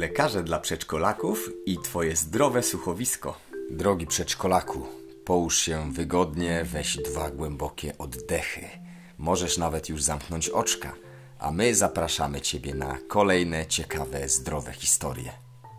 lekarze dla przedszkolaków i Twoje zdrowe słuchowisko. Drogi przedszkolaku, połóż się wygodnie, weź 2 głębokie oddechy. Możesz nawet już zamknąć oczka, a my zapraszamy Ciebie na kolejne ciekawe, zdrowe historie.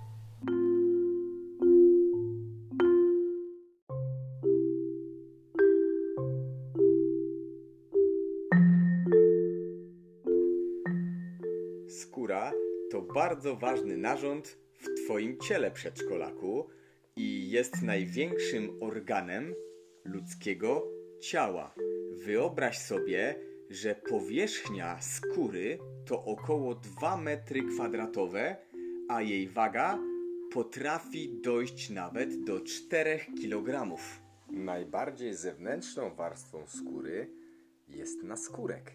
Skóra to bardzo ważny narząd w Twoim ciele, przedszkolaku, i jest największym organem ludzkiego ciała. Wyobraź sobie, że powierzchnia skóry to około 2 metry kwadratowe, a jej waga potrafi dojść nawet do 4 kg. Najbardziej zewnętrzną warstwą skóry jest naskórek.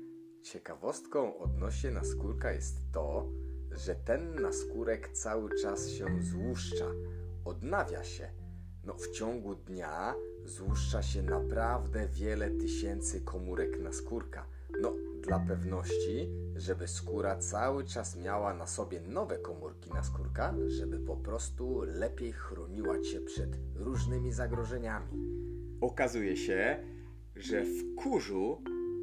Ciekawostką odnośnie naskórka jest to, że ten naskórek cały czas się złuszcza, odnawia się. W ciągu dnia złuszcza się naprawdę wiele tysięcy komórek naskórka. Dla pewności, żeby skóra cały czas miała na sobie nowe komórki naskórka, żeby po prostu lepiej chroniła Cię przed różnymi zagrożeniami. Okazuje się, że w kurzu,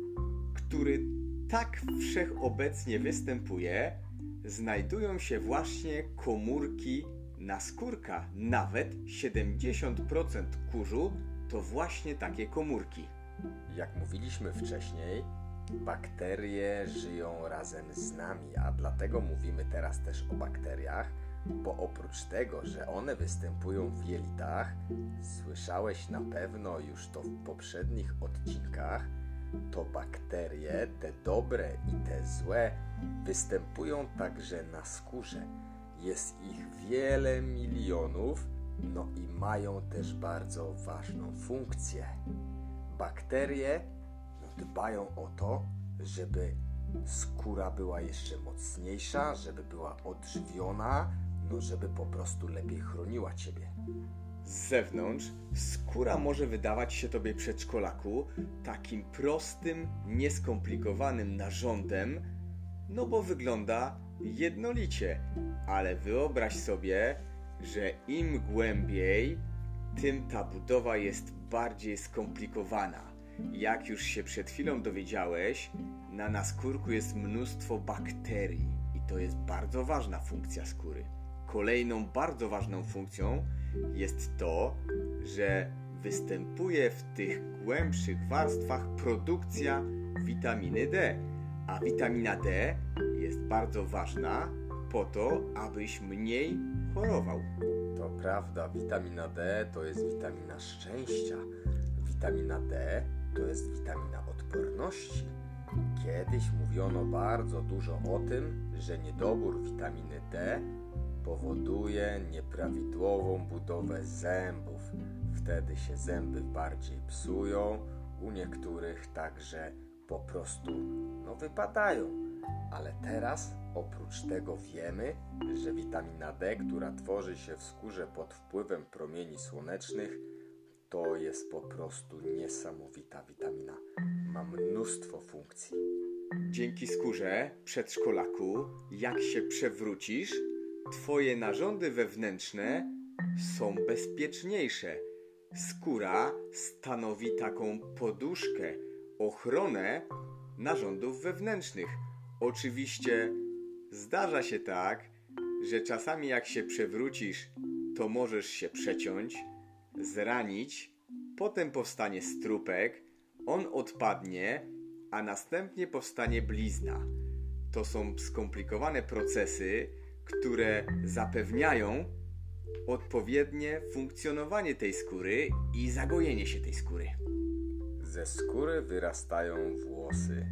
który tak wszechobecnie występuje, znajdują się właśnie komórki naskórka. Nawet 70% kurzu to właśnie takie komórki. Jak mówiliśmy wcześniej, bakterie żyją razem z nami, a dlatego mówimy teraz też o bakteriach, bo oprócz tego, że one występują w jelitach, słyszałeś na pewno już to w poprzednich odcinkach, to bakterie, te dobre i te złe, występują także na skórze. Jest ich wiele milionów, i mają też bardzo ważną funkcję. Bakterie dbają o to, żeby skóra była jeszcze mocniejsza, żeby była odżywiona, żeby po prostu lepiej chroniła Ciebie. Z zewnątrz skóra może wydawać się Tobie, przedszkolaku, takim prostym, nieskomplikowanym narządem, bo wygląda jednolicie. Ale wyobraź sobie, że im głębiej, tym ta budowa jest bardziej skomplikowana. Jak już się przed chwilą dowiedziałeś, na naskórku jest mnóstwo bakterii i to jest bardzo ważna funkcja skóry. Kolejną bardzo ważną funkcją jest to, że występuje w tych głębszych warstwach produkcja witaminy D. A witamina D jest bardzo ważna po to, abyś mniej chorował. To prawda, witamina D to jest witamina szczęścia. Witamina D to jest witamina odporności. Kiedyś mówiono bardzo dużo o tym, że niedobór witaminy D powoduje nieprawidłową budowę zębów. Wtedy się zęby bardziej psują, u niektórych także po prostu wypadają. Ale teraz oprócz tego wiemy, że witamina D, która tworzy się w skórze pod wpływem promieni słonecznych, to jest po prostu niesamowita witamina. Ma mnóstwo funkcji. Dzięki skórze, przedszkolaku, jak się przewrócisz, Twoje narządy wewnętrzne są bezpieczniejsze. Skóra stanowi taką poduszkę, ochronę narządów wewnętrznych. Oczywiście zdarza się tak, że czasami jak się przewrócisz, to możesz się przeciąć, zranić, potem powstanie strupek, on odpadnie, a następnie powstanie blizna. To są skomplikowane procesy, które zapewniają odpowiednie funkcjonowanie tej skóry i zagojenie się tej skóry. Ze skóry wyrastają włosy,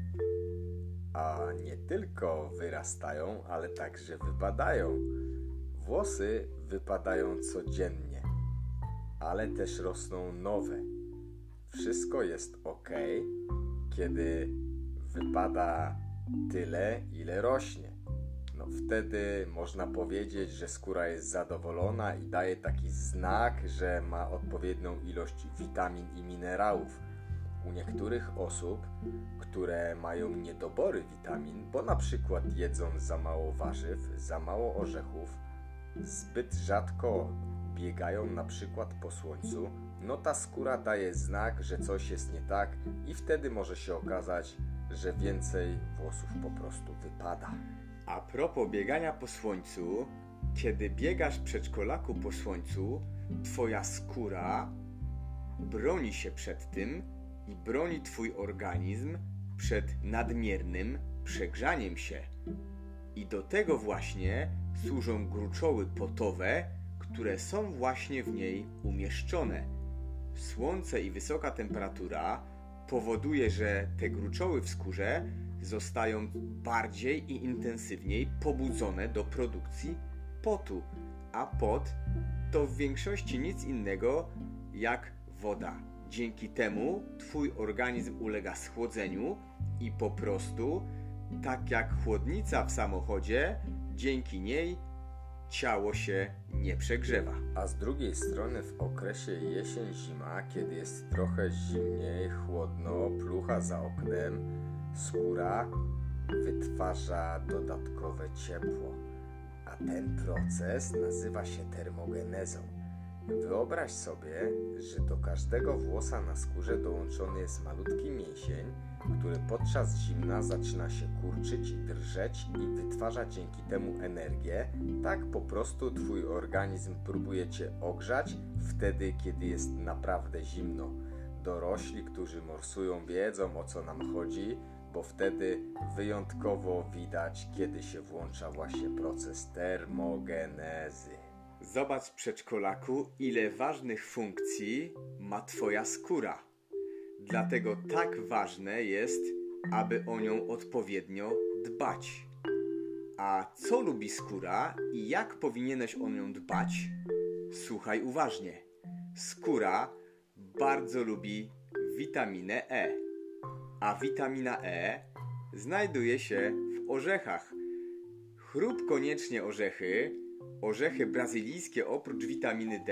a nie tylko wyrastają, ale także wypadają. Włosy wypadają codziennie, ale też rosną nowe. Wszystko jest ok, kiedy wypada tyle, ile rośnie. Wtedy można powiedzieć, że skóra jest zadowolona i daje taki znak, że ma odpowiednią ilość witamin i minerałów. U niektórych osób, które mają niedobory witamin, bo na przykład jedzą za mało warzyw, za mało orzechów, zbyt rzadko biegają na przykład po słońcu, no ta skóra daje znak, że coś jest nie tak i wtedy może się okazać, że więcej włosów po prostu wypada. A propos biegania po słońcu, kiedy biegasz przedszkolaku po słońcu, twoja skóra broni się przed tym i broni twój organizm przed nadmiernym przegrzaniem się. I do tego właśnie służą gruczoły potowe, które są właśnie w niej umieszczone. Słońce i wysoka temperatura powoduje, że te gruczoły w skórze zostają bardziej i intensywniej pobudzone do produkcji potu, a pot to w większości nic innego jak woda. Dzięki temu twój organizm ulega schłodzeniu i po prostu, tak jak chłodnica w samochodzie, dzięki niej ciało się nie przegrzewa. A z drugiej strony w okresie jesień-zima, kiedy jest trochę zimniej, chłodno, plucha za oknem, skóra wytwarza dodatkowe ciepło. A ten proces nazywa się termogenezą. Wyobraź sobie, że do każdego włosa na skórze dołączony jest malutki mięsień, który podczas zimna zaczyna się kurczyć i drżeć i wytwarza dzięki temu energię. Tak po prostu twój organizm próbuje cię ogrzać wtedy, kiedy jest naprawdę zimno. Dorośli, którzy morsują, wiedzą, o co nam chodzi, bo wtedy wyjątkowo widać, kiedy się włącza właśnie proces termogenezy. Zobacz, przedszkolaku, ile ważnych funkcji ma twoja skóra. Dlatego tak ważne jest, aby o nią odpowiednio dbać. A co lubi skóra i jak powinieneś o nią dbać? Słuchaj uważnie. Skóra bardzo lubi witaminę E. A witamina E znajduje się w orzechach. Chrub koniecznie orzechy. Orzechy brazylijskie oprócz witaminy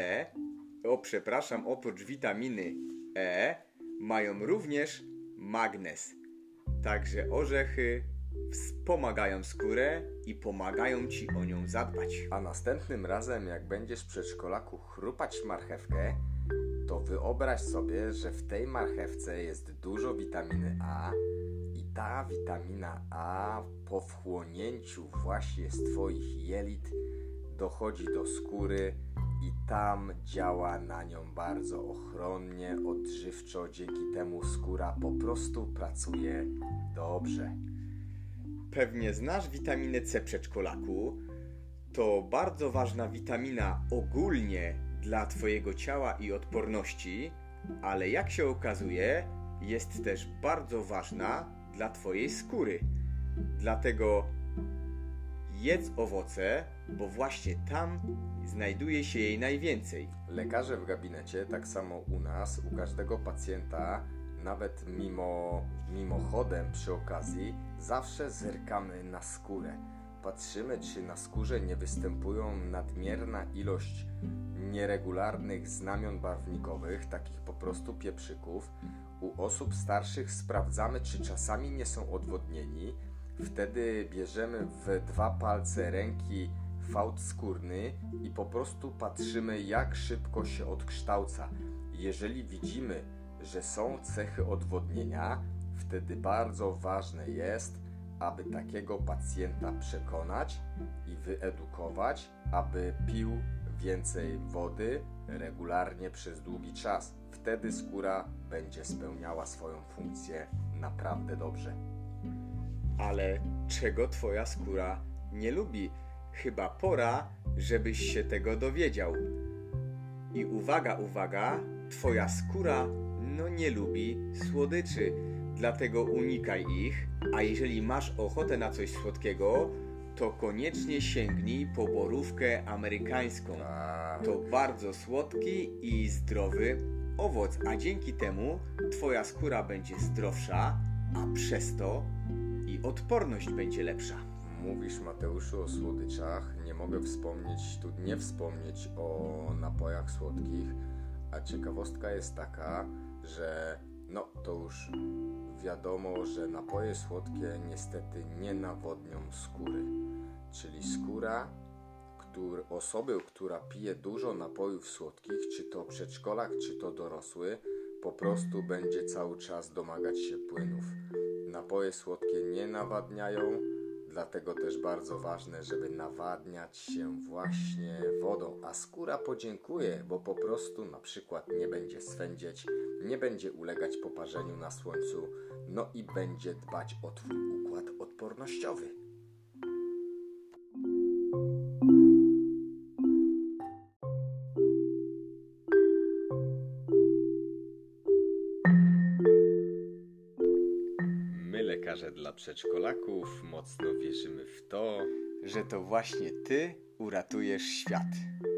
oprócz witaminy E mają również magnez. Także orzechy wspomagają skórę i pomagają ci o nią zadbać. A następnym razem, jak będziesz przedszkolaku chrupać marchewkę, to wyobraź sobie, że w tej marchewce jest dużo witaminy A i ta witamina A po wchłonięciu właśnie z twoich jelit dochodzi do skóry i tam działa na nią bardzo ochronnie, odżywczo. Dzięki temu skóra po prostu pracuje dobrze. Pewnie znasz witaminę C, przedszkolaku. To bardzo ważna witamina ogólnie dla twojego ciała i odporności, ale jak się okazuje, jest też bardzo ważna dla twojej skóry. Dlatego jedz owoce, bo właśnie tam znajduje się jej najwięcej. Lekarze w gabinecie, tak samo u nas, u każdego pacjenta, nawet mimochodem przy okazji, zawsze zerkamy na skórę. Patrzymy, czy na skórze nie występują nadmierna ilość nieregularnych znamion barwnikowych, takich po prostu pieprzyków. U osób starszych sprawdzamy, czy czasami nie są odwodnieni. Wtedy bierzemy w 2 palce ręki fałd skórny i po prostu patrzymy, jak szybko się odkształca. Jeżeli widzimy, że są cechy odwodnienia, wtedy bardzo ważne jest, aby takiego pacjenta przekonać i wyedukować, aby pił więcej wody regularnie przez długi czas. Wtedy skóra będzie spełniała swoją funkcję naprawdę dobrze. Ale czego twoja skóra nie lubi? Chyba pora, żebyś się tego dowiedział. I uwaga, twoja skóra nie lubi słodyczy, dlatego unikaj ich, a jeżeli masz ochotę na coś słodkiego, to koniecznie sięgnij po borówkę amerykańską. To bardzo słodki i zdrowy owoc, a dzięki temu twoja skóra będzie zdrowsza, a przez to i odporność będzie lepsza. Mówisz, Mateuszu, o słodyczach. Nie mogę nie wspomnieć o napojach słodkich, a ciekawostka jest taka, że No to już wiadomo, że napoje słodkie niestety nie nawodnią skóry. Czyli skóra osoby, która pije dużo napojów słodkich, czy to przedszkolak, czy to dorosły, po prostu będzie cały czas domagać się płynów. Napoje słodkie nie nawadniają, dlatego też bardzo ważne, żeby nawadniać się właśnie wodą. A skóra podziękuje, bo po prostu na przykład nie będzie swędzieć, nie będzie ulegać poparzeniu na słońcu, no i będzie dbać o Twój układ odpornościowy. My, lekarze dla przedszkolaków, mocno wierzymy w to, że to właśnie ty uratujesz świat.